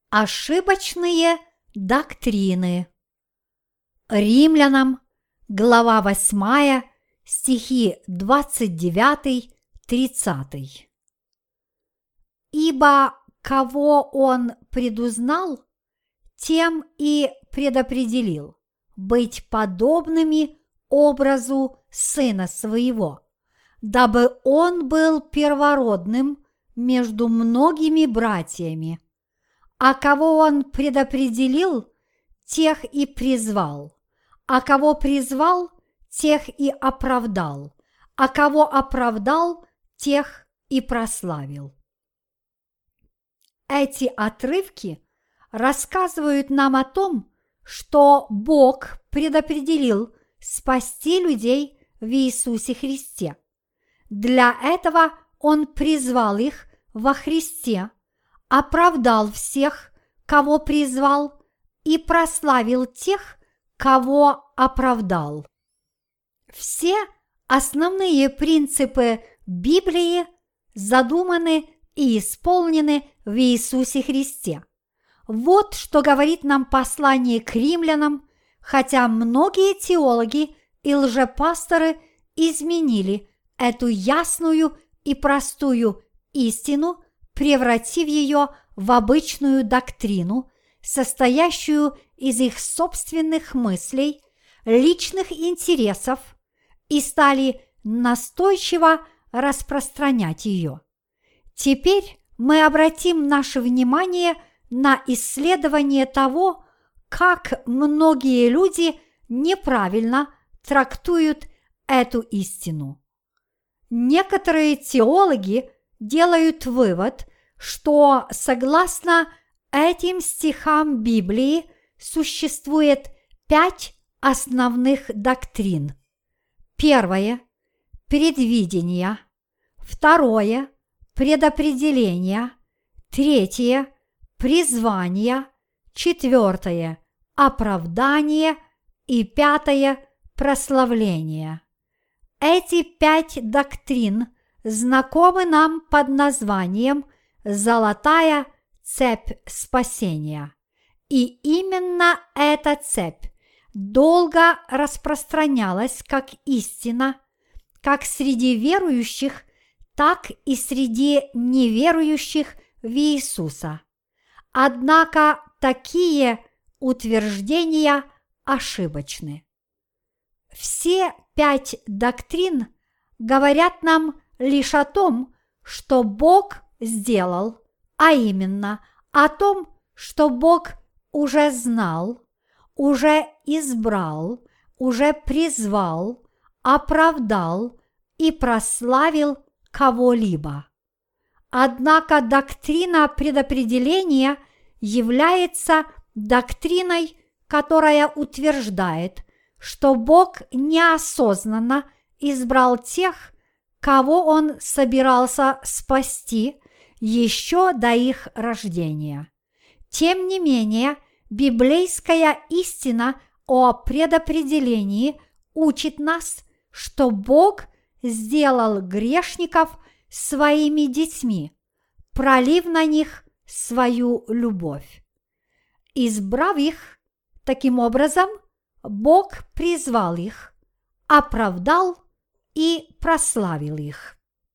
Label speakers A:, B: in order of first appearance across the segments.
A: Ошибочные доктрины. Римлянам, глава 8, стихи 29-30. Ибо кого он предузнал, тем и предопределил быть подобными образу Сына Своего, дабы он был первородным между многими братьями. А кого он предопределил, тех и призвал, а кого призвал, тех и оправдал, а кого оправдал, тех и прославил. Эти отрывки рассказывают нам о том, что Бог предопределил спасти людей в Иисусе Христе. Для этого Он призвал их во Христе, оправдал всех, кого призвал, и прославил тех, кого оправдал. Все основные принципы Библии задуманы и исполнены в Иисусе Христе. Вот что говорит нам послание к римлянам, хотя многие теологи и лжепасторы изменили эту ясную и простую истину, превратив ее в обычную доктрину, состоящую из их собственных мыслей, личных интересов, и стали настойчиво распространять ее. Теперь мы обратим наше внимание на исследование того, как многие люди неправильно трактуют эту истину. Некоторые теологи делают вывод, что согласно этим стихам Библии существует 5 основных доктрин. Первое – предвидение. Второе – предопределение. Третье – призвание. Четвертое – оправдание. И пятое – прославление. Эти 5 доктрин знакомы нам под названием «Золотая цепь спасения». И именно эта цепь долго распространялась как истина, как среди верующих, так и среди неверующих в Иисуса. Однако такие утверждения ошибочны. Все 5 доктрин говорят нам лишь о том, что Бог сделал, а именно о том, что Бог уже знал, уже избрал, уже призвал, оправдал и прославил кого-либо. Однако доктрина предопределения является доктриной, которая утверждает, что Бог неосознанно избрал тех, кого Он собирался спасти еще до их рождения. Тем не менее, библейская истина о предопределении учит нас, что Бог сделал грешников своими детьми, пролив на них свою любовь. Избрав их, таким образом, Бог призвал их, оправдал и прославил их.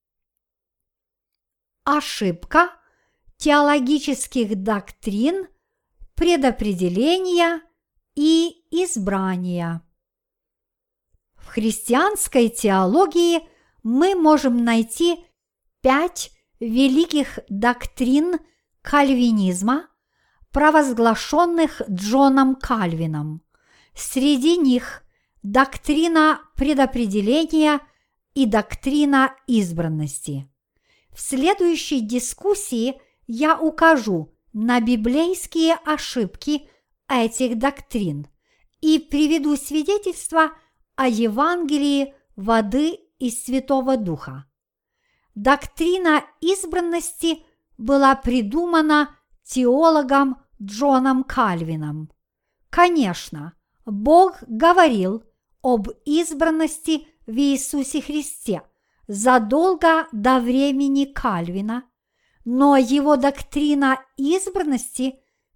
A: Ошибка теологических доктрин предопределения и избрания. В христианской теологии мы можем найти 5 великих доктрин кальвинизма, провозглашенных Джоном Кальвином. Среди них доктрина предопределения и доктрина избранности. В следующей дискуссии я укажу на библейские ошибки этих доктрин и приведу свидетельство о Евангелии воды и Святого Духа. Доктрина избранности была придумана теологом Джоном Кальвином. Конечно, Бог говорил об избранности в Иисусе Христе задолго до времени Кальвина, но его доктрина избранности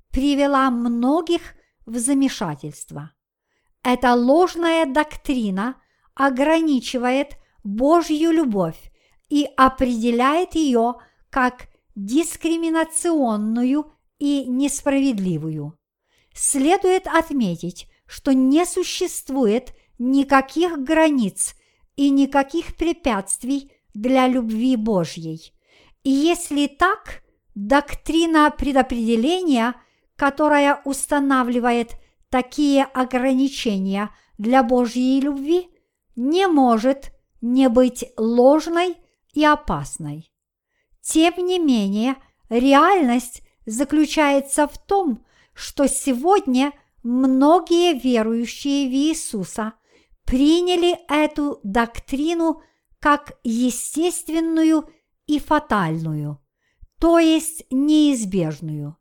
A: привела многих в замешательство. Эта ложная доктрина ограничивает Божью любовь и определяет ее как дискриминационную и несправедливую. Следует отметить, что не существует никаких границ и никаких препятствий для любви Божьей. И если так, доктрина предопределения, которая устанавливает такие ограничения для Божьей любви, не может не быть ложной и опасной. Тем не менее, реальность заключается в том, что сегодня многие верующие в Иисуса приняли эту доктрину как естественную и фатальную, то есть неизбежную.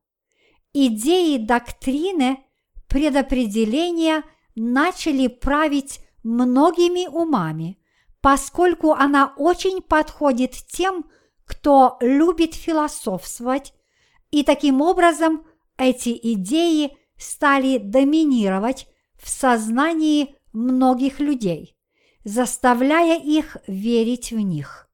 A: Идеи доктрины предопределения начали править многими умами, поскольку она очень подходит тем, кто любит философствовать, и таким образом эти идеи стали доминировать в сознании многих людей, заставляя их верить в них.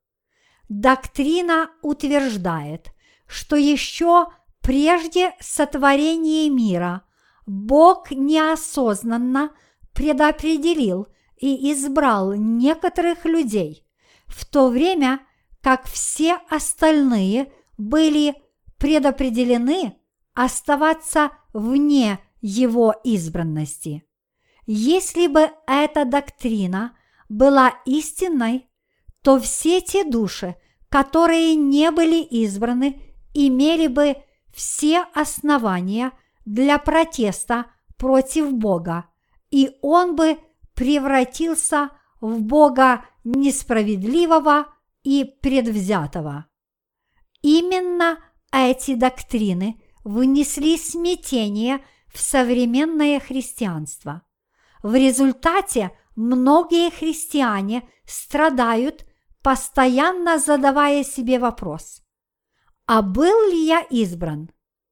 A: Доктрина утверждает, что еще прежде сотворения мира Бог неосознанно предопределил и избрал некоторых людей, в то время как все остальные были предопределены оставаться вне Его избранности. Если бы эта доктрина была истинной, то все те души, которые не были избраны, имели бы все основания для протеста против Бога, и Он бы превратился в Бога несправедливого и предвзятого. Именно эти доктрины внесли смятение в современное христианство. В результате многие христиане страдают, постоянно задавая себе вопрос: а был ли я избран?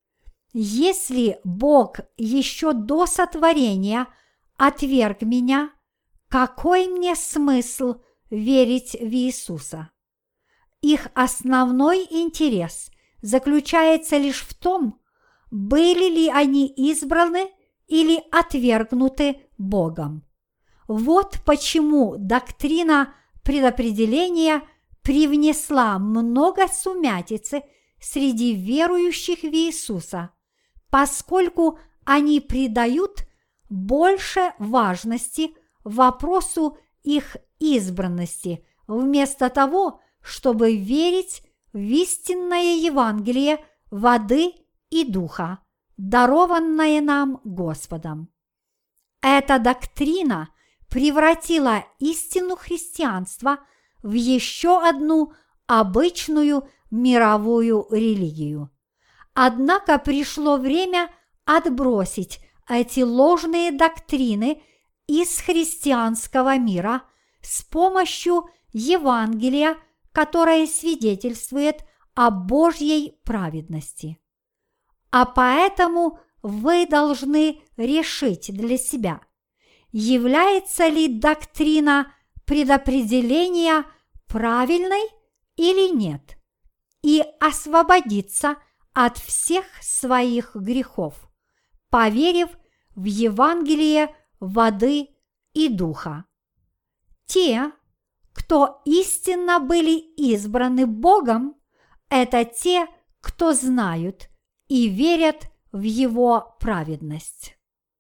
A: Если Бог еще до сотворения отверг меня, какой мне смысл верить в Иисуса? Их основной интерес заключается лишь в том, были ли они избраны или отвергнуты Богом. Вот почему доктрина предопределения привнесла много сумятицы среди верующих в Иисуса, поскольку они придают больше важности вопросу их избранности, вместо того, чтобы верить в истинное Евангелие воды и духа, дарованное нам Господом. Эта доктрина превратила истину христианства в еще одну обычную мировую религию. Однако пришло время отбросить эти ложные доктрины из христианского мира с помощью Евангелия, которое свидетельствует о Божьей праведности. А поэтому вы должны решить для себя, является ли доктрина предопределения правильной или нет, и освободиться от всех своих грехов, поверив в Евангелие воды и духа. Те, кто истинно были избраны Богом, это те, кто знают и верят в Его праведность.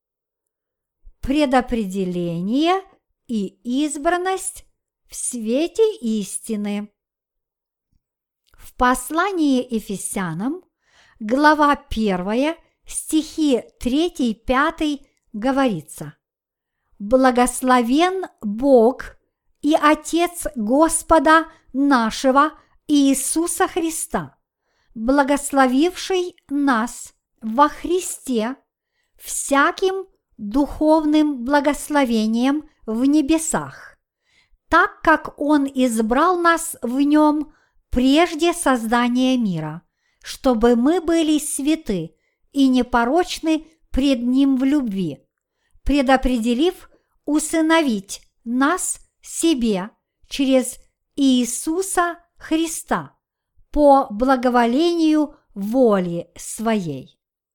A: Предопределение и избранность в свете истины. В послании Ефесянам, глава 1, стихи 3-5 говорится: «Благословен Бог и Отец Господа нашего Иисуса Христа, благословивший нас во Христе всяким духовным благословением в небесах, так как Он избрал нас в Нем прежде создания мира, чтобы мы были святы и непорочны пред Ним в любви, предопределив усыновить нас себе через Иисуса Христа по благоволению воли Своей.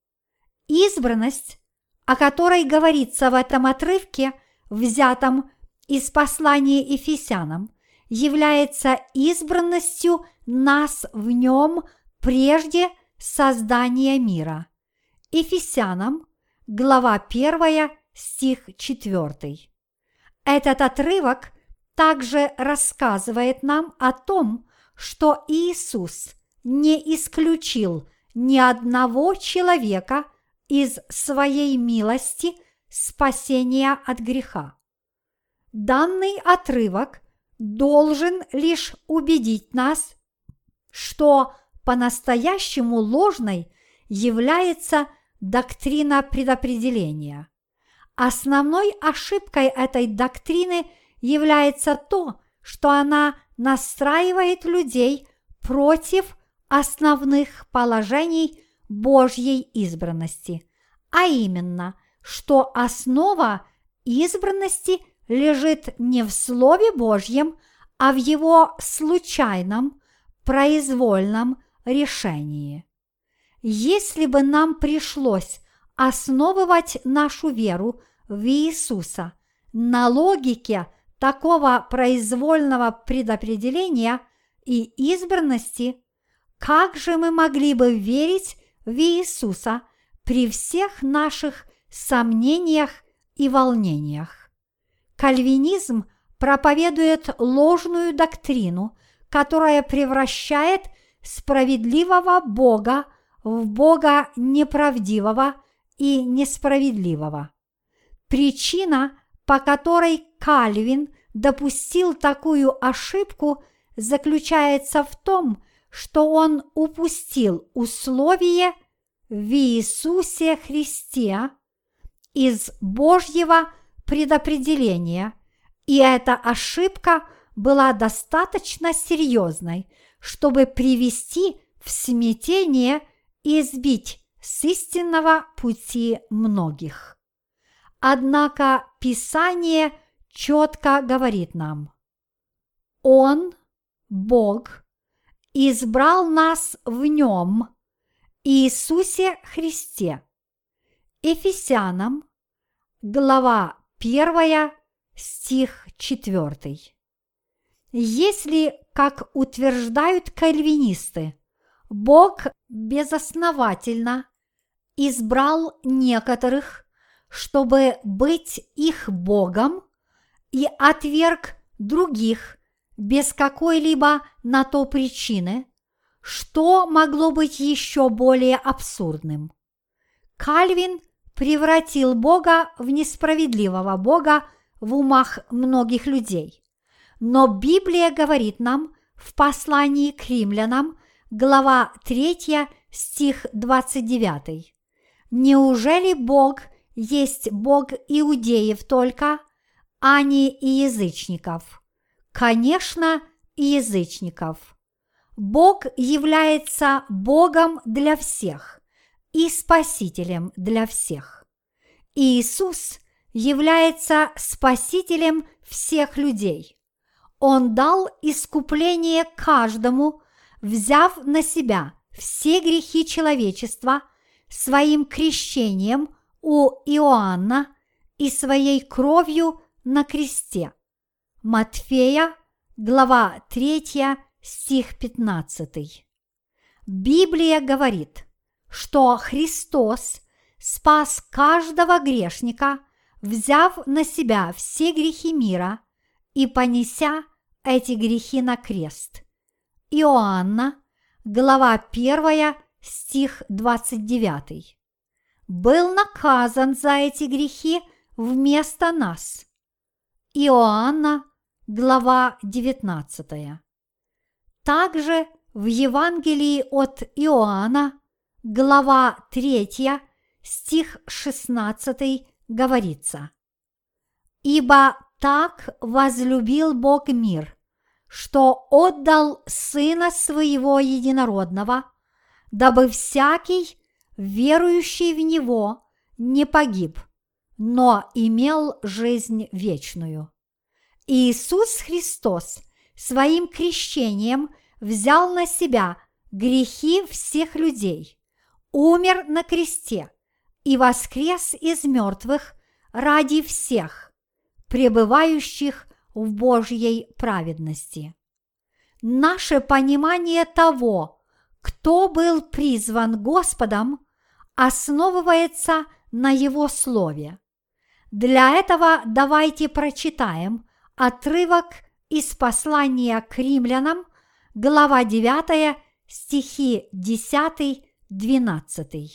A: Избранность, о которой говорится в этом отрывке, взятом из послания Ефесянам, является избранностью нас в Нем прежде создания мира. Ефесянам, глава 1, стих 4. Этот отрывок также рассказывает нам о том, что Иисус не исключил ни одного человека из Своей милости спасения от греха. Данный отрывок должен лишь убедить нас, что по-настоящему ложной является доктрина предопределения. Основной ошибкой этой доктрины является то, что она настраивает людей против основных положений Божьей избранности, а именно, что основа избранности лежит не в Слове Божьем, а в Его случайном, произвольном решении. Если бы нам пришлось основывать нашу веру в Иисуса на логике такого произвольного предопределения и избранности, как же мы могли бы верить в Иисуса при всех наших сомнениях и волнениях? Кальвинизм проповедует ложную доктрину, которая превращает справедливого Бога в Бога неправдивого и несправедливого. Причина, по которой Кальвин допустил такую ошибку, заключается в том, что он упустил условие в Иисусе Христе из Божьего предопределения, и эта ошибка была достаточно серьезной, чтобы привести в смятение и сбить с истинного пути многих. Однако Писание четко говорит нам: Он, Бог, избрал нас в Нем, Иисусе Христе. Ефесянам, глава 1, стих 4. Если, как утверждают кальвинисты, Бог безосновательно избрал некоторых, чтобы быть их Богом, и отверг других без какой-либо на то причины, что могло быть еще более абсурдным? Кальвин превратил Бога в несправедливого Бога в умах многих людей. Но Библия говорит нам в послании к римлянам, глава 3, стих 29. Неужели Бог есть Бог иудеев только, а не и язычников? Конечно, и язычников. Бог является Богом для всех и Спасителем для всех. Иисус является Спасителем всех людей. Он дал искупление каждому, взяв на себя все грехи человечества своим крещением у Иоанна и своей кровью на кресте. Матфея, глава 3, стих 15. Библия говорит, что Христос спас каждого грешника, взяв на себя все грехи мира и понеся эти грехи на крест. Иоанна, глава 1, стих 29. Был наказан за эти грехи вместо нас. Иоанна, глава 19. Также в Евангелии от Иоанна, глава 3, стих 16 говорится: «Ибо так возлюбил Бог мир, что отдал Сына Своего Единородного, дабы всякий, верующий в Него не погиб, но имел жизнь вечную. Иисус Христос своим крещением взял на себя грехи всех людей, умер на кресте и воскрес из мертвых ради всех, пребывающих в Божьей праведности. Наше понимание того, кто был призван Господом, основывается на Его Слове. Для этого давайте прочитаем отрывок из послания к римлянам, глава 9, стихи 10-12.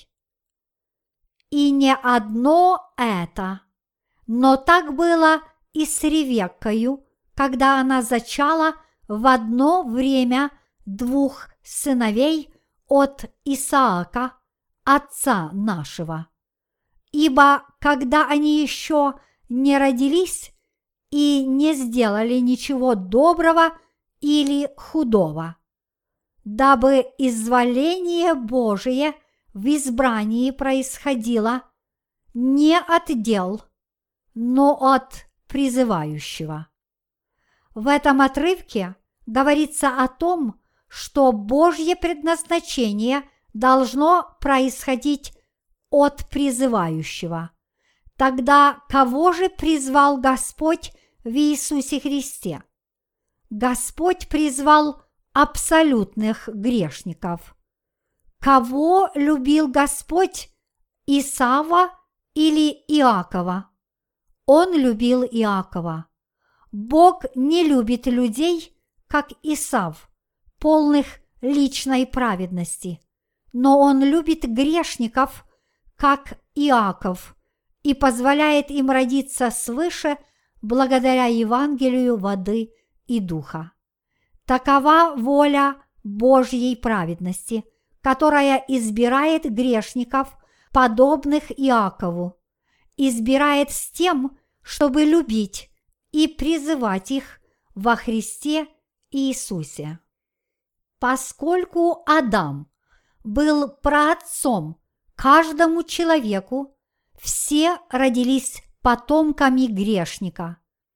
A: «И не одно это, но так было и с Ревеккою, когда она зачала в одно время двух сыновей от Исаака, отца нашего. Ибо когда они еще не родились и не сделали ничего доброго или худого, дабы изволение Божие в избрании происходило не от дел, но от призывающего». В этом отрывке говорится о том, что Божье предназначение должно происходить от призывающего. Тогда кого же призвал Господь в Иисусе Христе? Господь призвал абсолютных грешников. Кого любил Господь, Исава или Иакова? Он любил Иакова. Бог не любит людей, как Исав, полных личной праведности, но Он любит грешников, как Иаков, и позволяет им родиться свыше благодаря Евангелию воды и духа. Такова воля Божьей праведности, которая избирает грешников, подобных Иакову, избирает с тем, чтобы любить и призывать их во Христе Иисусе. Поскольку Адам был праотцом каждому человеку, все родились потомками грешника.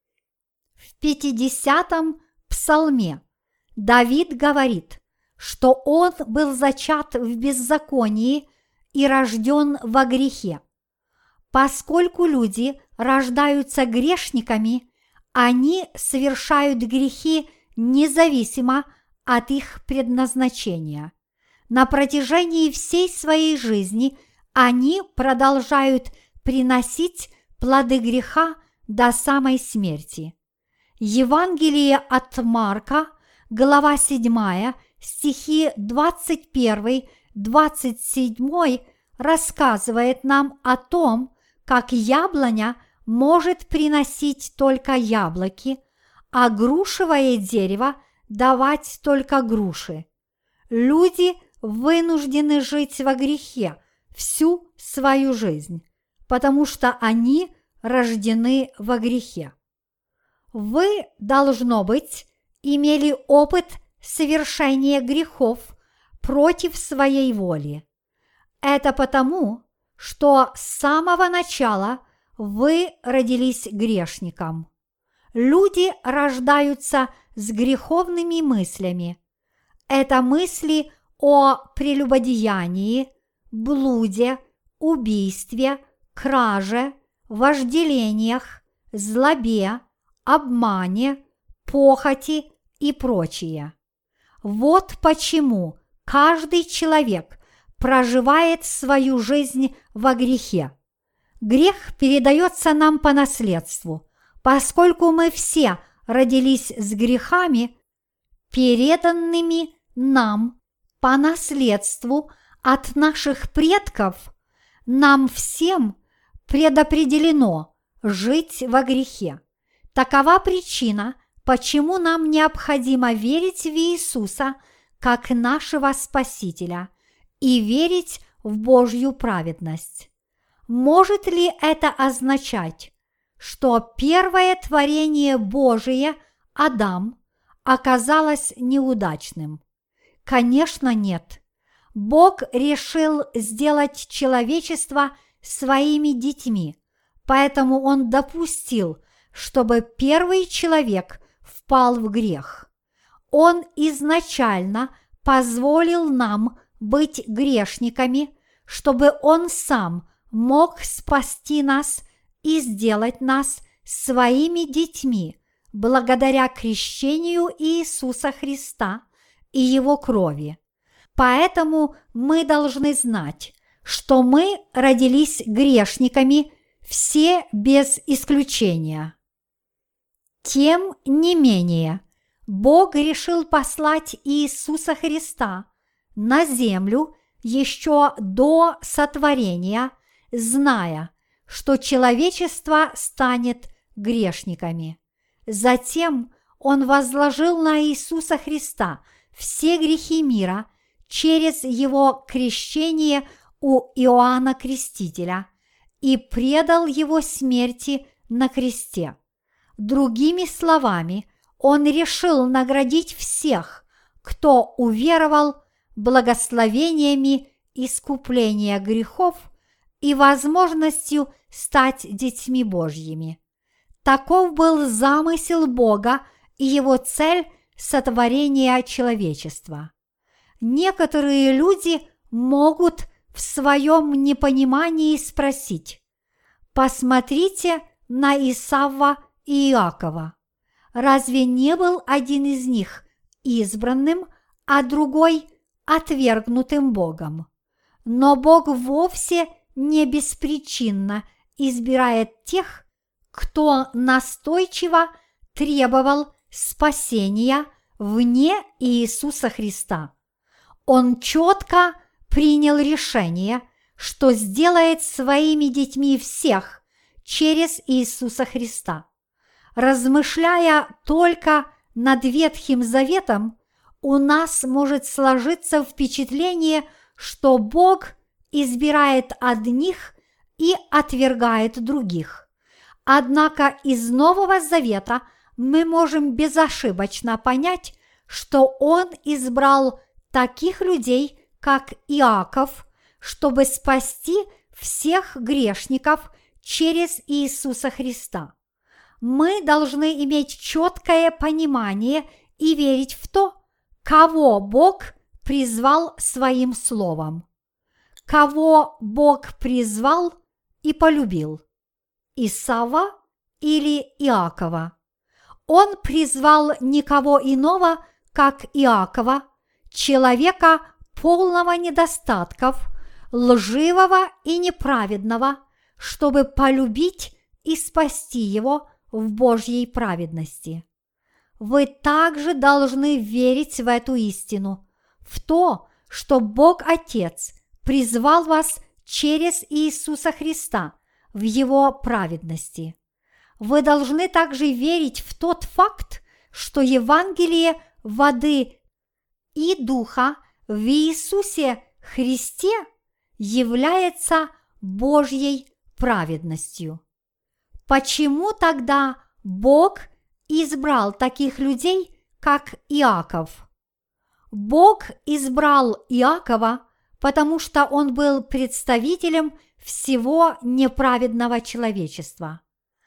A: В 50-м псалме Давид говорит, что он был зачат в беззаконии и рожден во грехе. Поскольку люди рождаются грешниками, они совершают грехи независимо от их предназначения. На протяжении всей своей жизни они продолжают приносить плоды греха до самой смерти. Евангелие от Марка, глава 7, стихи 21-27 рассказывает нам о том, как яблоня может приносить только яблоки, а грушевое дерево давать только груши. Люди вынуждены жить во грехе всю свою жизнь, потому что они рождены во грехе. Вы, должно быть, имели опыт совершения грехов против своей воли. Это потому, что с самого начала вы родились грешником. Люди рождаются с греховными мыслями. Это мысли о прелюбодеянии, блуде, убийстве, краже, вожделениях, злобе, обмане, похоти и прочее. Вот почему каждый человек проживает свою жизнь во грехе. Грех передается нам по наследству, поскольку мы все родились с грехами, переданными нам по наследству от наших предков. Нам всем предопределено жить во грехе. Такова причина, почему нам необходимо верить в Иисуса как нашего Спасителя и верить в Божью праведность. Может ли это означать, что первое творение Божие, Адам, оказалось неудачным? Конечно, нет. Бог решил сделать человечество своими детьми, поэтому Он допустил, чтобы первый человек впал в грех. Он изначально позволил нам быть грешниками, чтобы Он сам мог спасти нас и сделать нас своими детьми благодаря крещению Иисуса Христа и Его крови. Поэтому мы должны знать, что мы родились грешниками все без исключения. Тем не менее, Бог решил послать Иисуса Христа на землю еще до сотворения, зная, что человечество станет грешниками. Затем Он возложил на Иисуса Христа все грехи мира через Его крещение у Иоанна Крестителя и предал Его смерти на кресте. Другими словами, Он решил наградить всех, кто уверовал, благословениями искупления грехов и возможностью стать детьми Божьими. Таков был замысел Бога и Его цель сотворения человечества. Некоторые люди могут в своем непонимании спросить: «Посмотрите на Исава и Иакова. Разве не был один из них избранным, а другой отвергнутым Богом? Но Бог вовсе не беспричинно избирает тех, кто настойчиво требовал спасения вне Иисуса Христа. Он четко принял решение, что сделает своими детьми всех через Иисуса Христа. Размышляя только над Ветхим Заветом, у нас может сложиться впечатление, что Бог избирает одних и отвергает других. Однако из Нового Завета мы можем безошибочно понять, что Он избрал таких людей, как Иаков, чтобы спасти всех грешников через Иисуса Христа. Мы должны иметь четкое понимание и верить в то, кого Бог призвал своим словом. Кого Бог призвал и полюбил? Исава или Иакова? Он призвал никого иного, как Иакова, человека полного недостатков, лживого и неправедного, чтобы полюбить и спасти его в Божьей праведности. Вы также должны верить в эту истину, в то, что Бог Отец призвал вас через Иисуса Христа в Его праведности. Вы должны также верить в тот факт, что Евангелие воды и духа в Иисусе Христе является Божьей праведностью. Почему тогда Бог избрал таких людей, как Иаков? Бог избрал Иакова, потому что он был представителем всего неправедного человечества.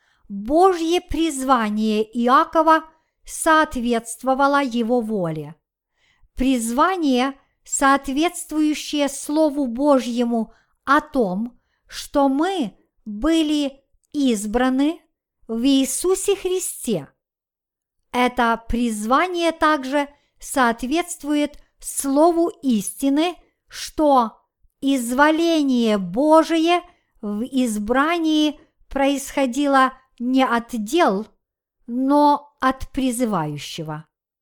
A: Божье призвание Иакова соответствовало его воле. Призвание, соответствующее Слову Божьему о том, что мы были избраны в Иисусе Христе. Это призвание также соответствует Слову истины, что изволение Божие в избрании происходило не от дел, но от призывающего.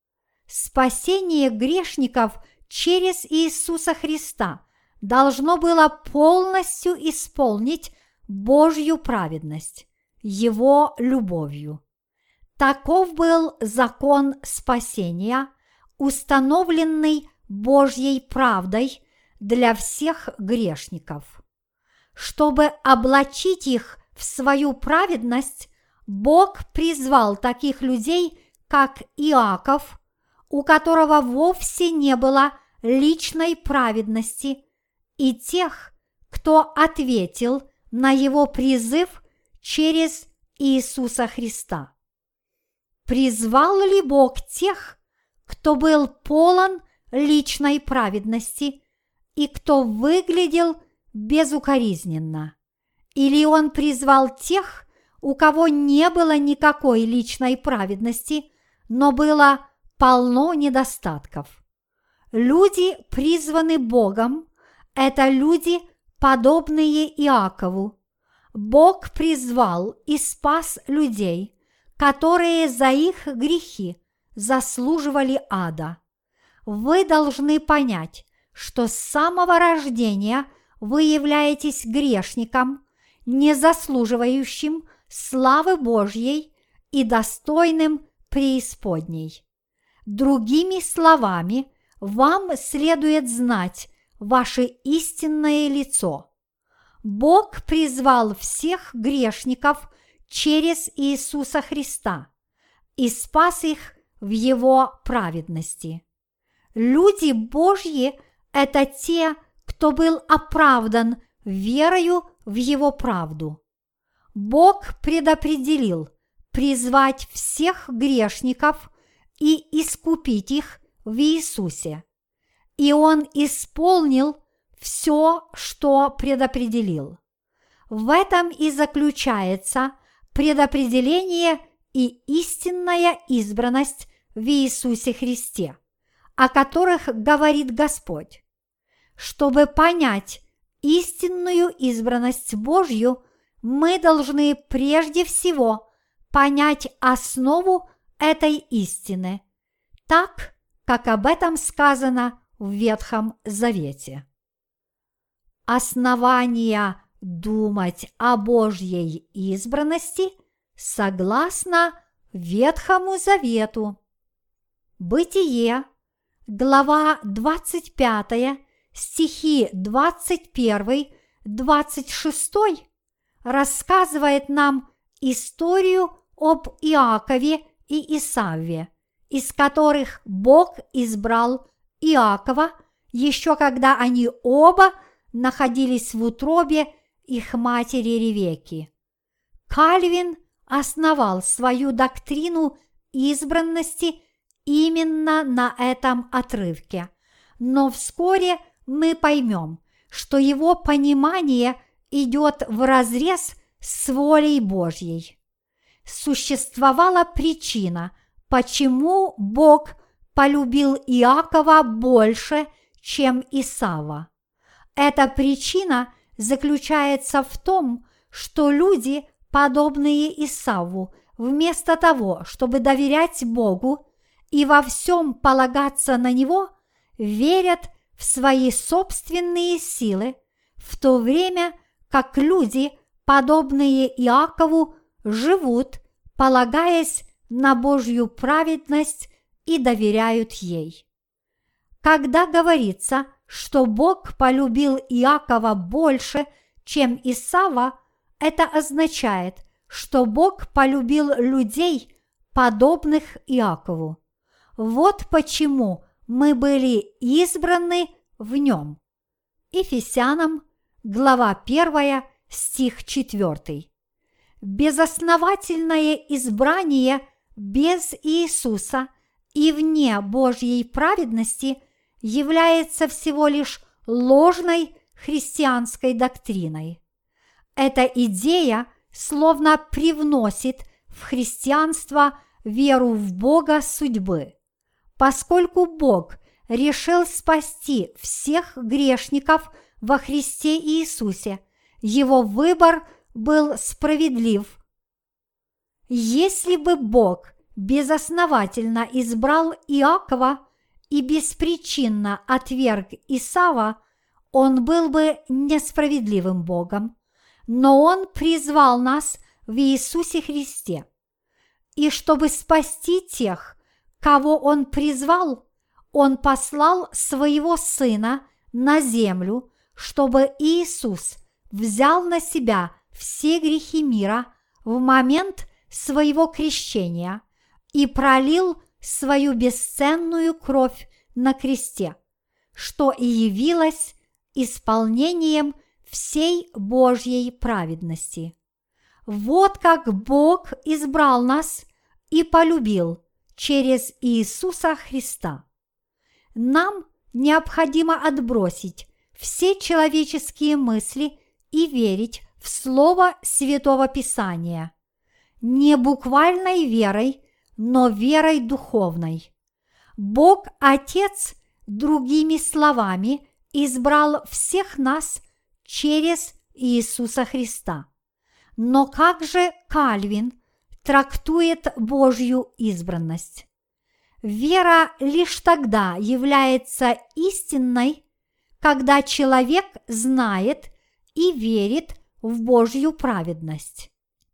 A: Спасение грешников через Иисуса Христа должно было полностью исполнить Божью праведность, Его любовью. Таков был закон спасения, установленный Божьей правдой для всех грешников. Чтобы облачить их в свою праведность, Бог призвал таких людей, как Иаков, у которого вовсе не было личной праведности и тех, кто ответил на его призыв через Иисуса Христа. Призвал ли Бог тех, кто был полон личной праведности и кто выглядел безукоризненно? Или Он призвал тех, у кого не было никакой личной праведности, но было полно недостатков? Люди, призваны Богом, это люди, подобные Иакову. Бог призвал и спас людей, которые за их грехи заслуживали ада. Вы должны понять, что с самого рождения вы являетесь грешником, не заслуживающим славы Божьей и достойным преисподней. Другими словами, вам следует знать ваше истинное лицо. Бог призвал всех грешников через Иисуса Христа и спас их в Его праведности. Люди Божьи – это те, кто был оправдан верою в Его правду. Бог предопределил призвать всех грешников и искупить их в Иисусе. И Он исполнил все, что предопределил. В этом и заключается предопределение и истинная избранность в Иисусе Христе, о которых говорит Господь. Чтобы понять истинную избранность Божью, мы должны прежде всего понять основу этой истины, так, как об этом сказано в Ветхом Завете. Основания думать о Божьей избранности согласно Ветхому Завету. Бытие, глава 25, стихи 21-26 рассказывает нам историю об Иакове и Исавве, из которых Бог избрал Иакова еще когда они оба находились в утробе их матери Ревекки. Кальвин основал свою доктрину избранности именно на этом отрывке, но вскоре мы поймем, что его понимание идет вразрез с волей Божьей. Существовала причина, почему Бог полюбил Иакова больше, чем Исава. Эта причина заключается в том, что люди, подобные Исаву, вместо того, чтобы доверять Богу и во всем полагаться на Него, верят в свои собственные силы, в то время как люди, подобные Иакову, живут, полагаясь на Божью праведность и доверяют ей. Когда говорится, что Бог полюбил Иакова больше, чем Исава, это означает, что Бог полюбил людей, подобных Иакову. Вот почему мы были избраны в нем. Ефесянам, глава 1, стих 4. Безосновательное избрание без Иисуса и вне Божьей праведности является всего лишь ложной христианской доктриной. Эта идея словно привносит в христианство веру в Бога судьбы. Поскольку Бог решил спасти всех грешников во Христе Иисусе, Его выбор был справедлив. Если бы Бог безосновательно избрал Иакова и беспричинно отверг Исава, Он был бы несправедливым Богом, но Он призвал нас в Иисусе Христе. И чтобы спасти тех, кого Он призвал, Он послал Своего Сына на землю, чтобы Иисус взял на себя все грехи мира в момент Своего крещения и пролил Свою бесценную кровь на кресте, что и явилось исполнением всей Божьей праведности. Вот как Бог избрал нас и полюбил через Иисуса Христа. Нам необходимо отбросить все человеческие мысли и верить в Слово Святого Писания, не буквальной верой, но верой духовной. Бог Отец, другими словами, избрал всех нас через Иисуса Христа. Но как же Кальвин трактует Божью избранность? Вера лишь тогда является истинной, когда человек знает и верит в Божью праведность.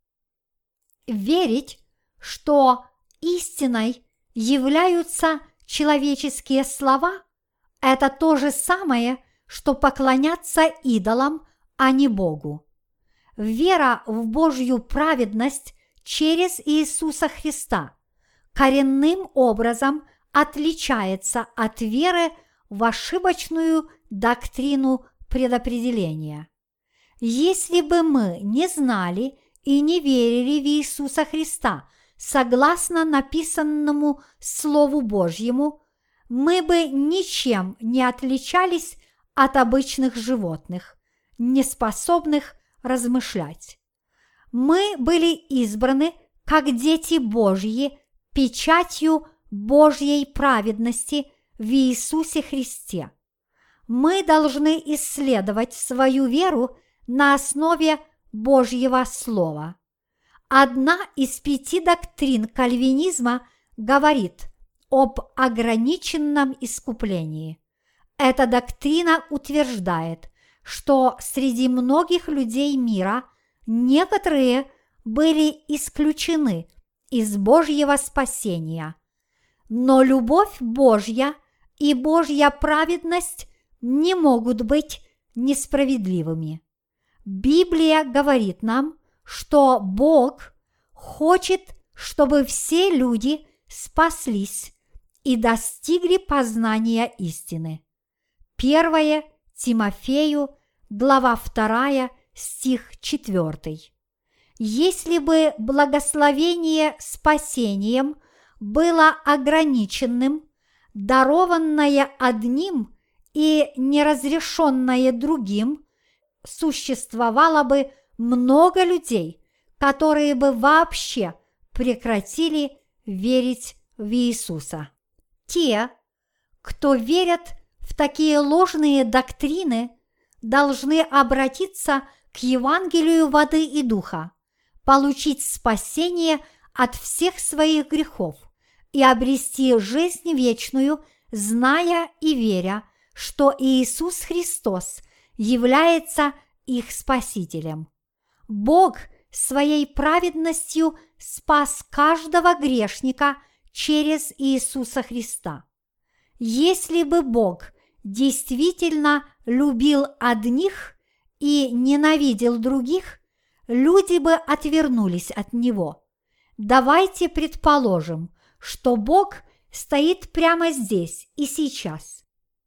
A: Верить, что истиной являются человеческие слова, это то же самое, что поклоняться идолам, а не Богу. Вера в Божью праведность через Иисуса Христа коренным образом отличается от веры в ошибочную доктрину предопределения. Если бы мы не знали и не верили в Иисуса Христа согласно написанному Слову Божьему, мы бы ничем не отличались от обычных животных, не способных размышлять. Мы были избраны как дети Божьи печатью Божьей праведности в Иисусе Христе. Мы должны исследовать свою веру на основе Божьего Слова. Одна из 5 доктрин кальвинизма говорит об ограниченном искуплении. Эта доктрина утверждает, что среди многих людей мира некоторые были исключены из Божьего спасения. Но любовь Божья и Божья праведность не могут быть несправедливыми. Библия говорит нам, что Бог хочет, чтобы все люди спаслись и достигли познания истины. 1 Тимофею, глава 2, стих 4. Если бы благословение спасением было ограниченным, дарованное одним и неразрешенное другим, существовало бы много людей, которые бы вообще прекратили верить в Иисуса. Те, кто верят в такие ложные доктрины, должны обратиться к Евангелию воды и духа, получить спасение от всех своих грехов и обрести жизнь вечную, зная и веря, что Иисус Христос является их Спасителем. Бог своей праведностью спас каждого грешника через Иисуса Христа. Если бы Бог действительно любил одних и ненавидел других, люди бы отвернулись от Него. Давайте предположим, что Бог стоит прямо здесь и сейчас.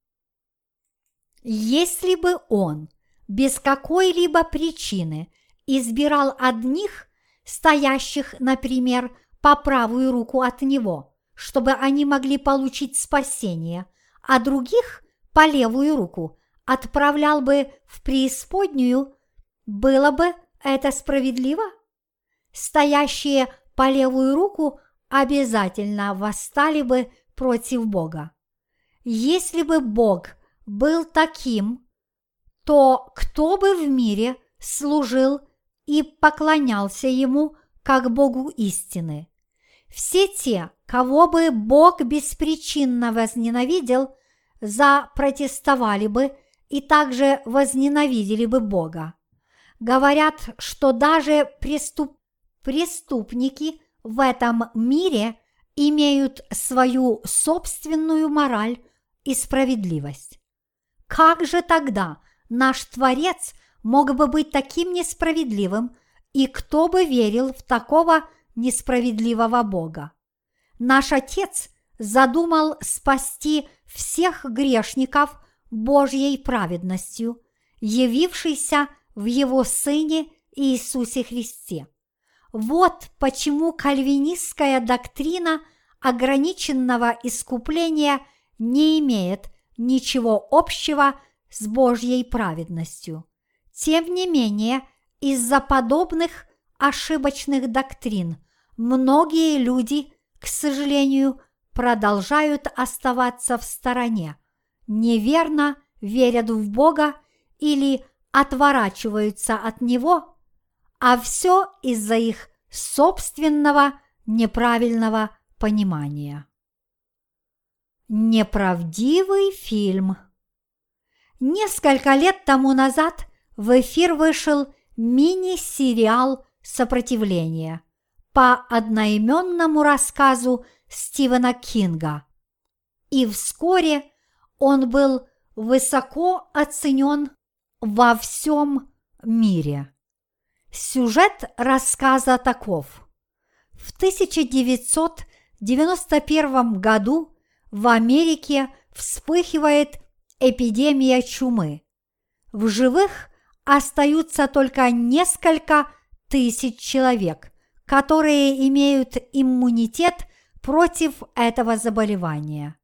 A: Если бы Он без какой-либо причины избирал одних, стоящих, например, по правую руку от Него, чтобы они могли получить спасение, а других по левую руку отправлял бы в преисподнюю, было бы это справедливо? Стоящие по левую руку обязательно восстали бы против Бога. Если бы Бог был таким, то кто бы в мире служил и поклонялся Ему как Богу истины? Все те, кого бы Бог беспричинно возненавидел, запротестовали бы и также возненавидели бы Бога. Говорят, что даже преступники в этом мире имеют свою собственную мораль и справедливость. Как же тогда наш Творец мог бы быть таким несправедливым, и кто бы верил в такого несправедливого Бога? Наш Отец задумал спасти всех грешников Божьей праведностью, явившейся в Его Сыне Иисусе Христе. Вот почему кальвинистская доктрина ограниченного искупления не имеет ничего общего с Божьей праведностью. Тем не менее, из-за подобных ошибочных доктрин многие люди, к сожалению, продолжают оставаться в стороне, неверно верят в Бога или отворачиваются от Него, а все из-за их собственного неправильного понимания. Неправдивый фильм. Несколько лет тому назад в эфир вышел мини-сериал «Сопротивление» по одноименному рассказу Стивена Кинга. И вскоре он был высоко оценен во всем мире. Сюжет рассказа таков. В 1991 году в Америке вспыхивает эпидемия чумы. В живых остаются только несколько тысяч человек, которые имеют иммунитет против этого заболевания.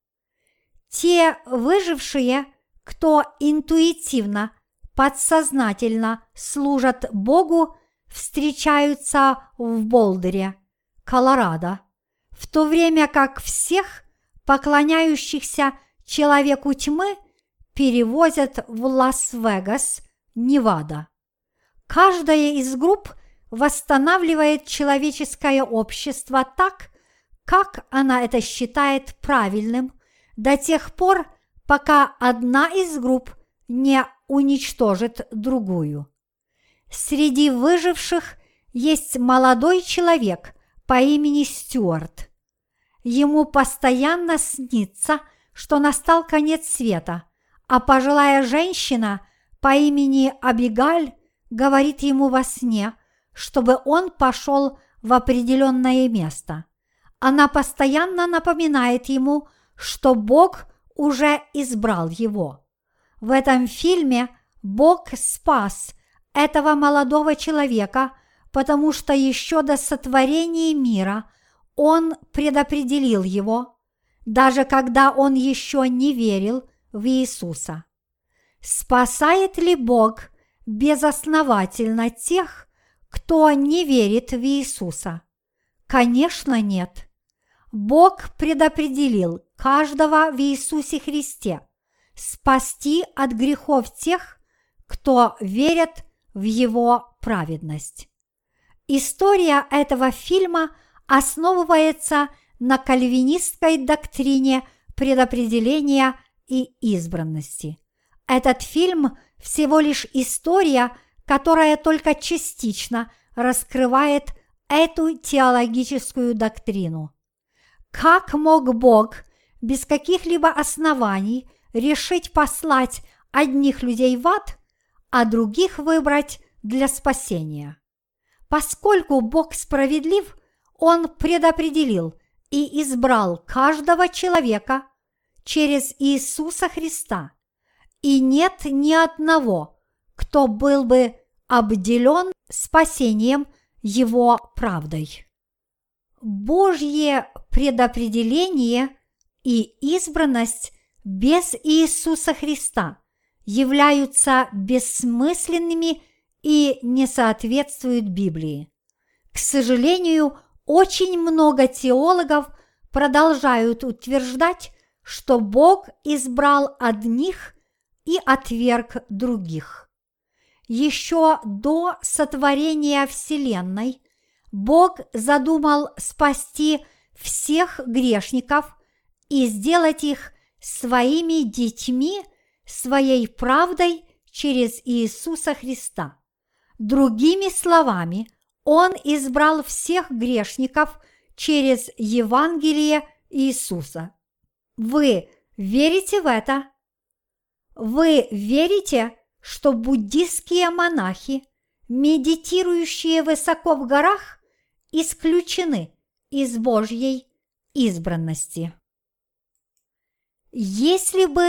A: Те выжившие, кто интуитивно, подсознательно служат Богу, встречаются в Болдере, Колорадо, в то время как всех поклоняющихся человеку тьмы перевозят в Лас-Вегас, Невада. Каждая из групп восстанавливает человеческое общество так, как она это считает правильным, до тех пор, пока одна из групп не уничтожит другую. Среди выживших есть молодой человек по имени Стюарт. Ему постоянно снится, что настал конец света, а пожилая женщина по имени Абигаль говорит ему во сне, чтобы он пошел в определенное место. Она постоянно напоминает ему, что Бог уже избрал его. В этом фильме Бог спас этого молодого человека, потому что еще до сотворения мира Он предопределил его, даже когда он еще не верил в Иисуса. Спасает ли Бог безосновательно тех, кто не верит в Иисуса? Конечно, нет. Бог предопределил каждого в Иисусе Христе спасти от грехов тех, кто верит в Его праведность. История этого фильма основывается на кальвинистской доктрине предопределения и избранности. Этот фильм всего лишь история, которая только частично раскрывает эту теологическую доктрину. Как мог Бог без каких-либо оснований решить послать одних людей в ад, а других выбрать для спасения? Поскольку Бог справедлив, Он предопределил и избрал каждого человека через Иисуса Христа, и нет ни одного, кто был бы обделен спасением Его правдой. Божье предопределение и избранность без Иисуса Христа являются бессмысленными и не соответствуют Библии. К сожалению, очень много теологов продолжают утверждать, что Бог избрал одних и отверг других. Еще до сотворения Вселенной Бог задумал спасти всех грешников и сделать их своими детьми, своей правдой через Иисуса Христа. Другими словами, Он избрал всех грешников через Евангелие Иисуса. Вы верите в это? Вы верите, что буддистские монахи, медитирующие высоко в горах, исключены из Божьей избранности? Если бы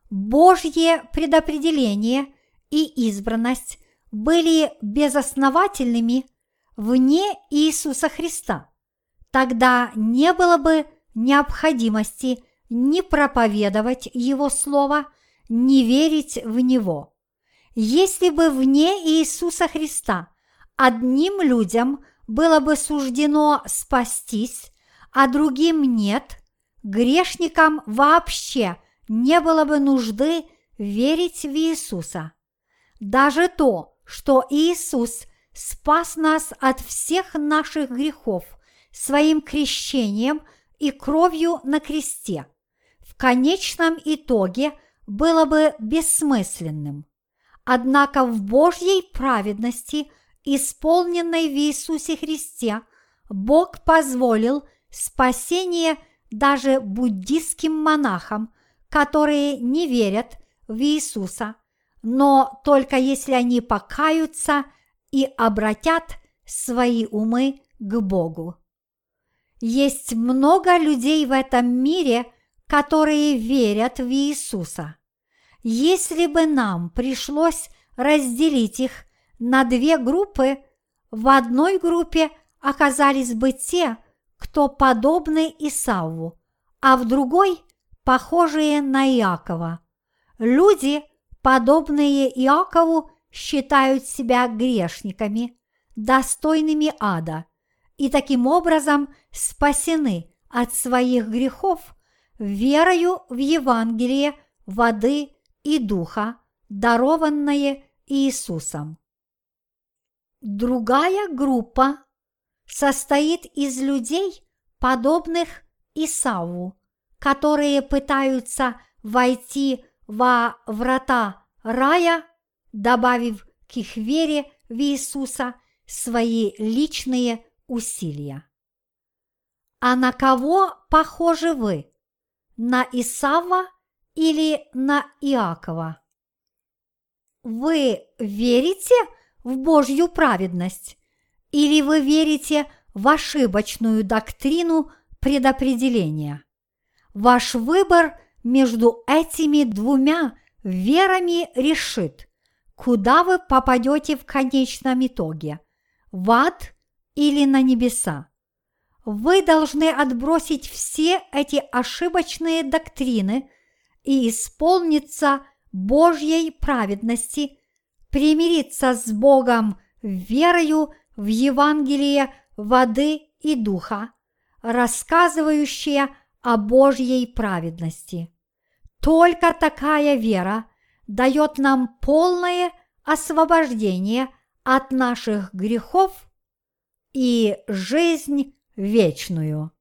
A: Божье предопределение и избранность были безосновательными вне Иисуса Христа, тогда не было бы необходимости ни проповедовать Его Слово, ни верить в Него. Если бы вне Иисуса Христа одним людям было бы суждено спастись, а другим нет, грешникам вообще не было бы нужды верить в Иисуса. Даже то, что Иисус спас нас от всех наших грехов своим крещением и кровью на кресте, в конечном итоге было бы бессмысленным. Однако в Божьей праведности, исполненной в Иисусе Христе, Бог позволил спасение даже буддистским монахам, которые не верят в Иисуса, но только если они покаются и обратят свои умы к Богу. Есть много людей в этом мире, которые верят в Иисуса. Если бы нам пришлось разделить их на две группы, в одной группе оказались бы те, кто подобны Исавву, а в другой – похожие на Иакова. Люди, подобные Иакову, считают себя грешниками, достойными ада, и таким образом спасены от своих грехов верою в Евангелие воды и духа, дарованное Иисусом. Другая группа состоит из людей, подобных Исавву, которые пытаются войти во врата рая, добавив к их вере в Иисуса свои личные усилия. А на кого похожи вы? На Исава или на Иакова? Вы верите в Божью праведность или вы верите в ошибочную доктрину предопределения? Ваш выбор между этими двумя верами решит, куда вы попадете в конечном итоге – в ад или на небеса. Вы должны отбросить все эти ошибочные доктрины и исполниться Божьей праведности, примириться с Богом верою в Евангелие воды и духа, рассказывающее о Божьей праведности. Только такая вера дает нам полное освобождение от наших грехов и жизнь вечную.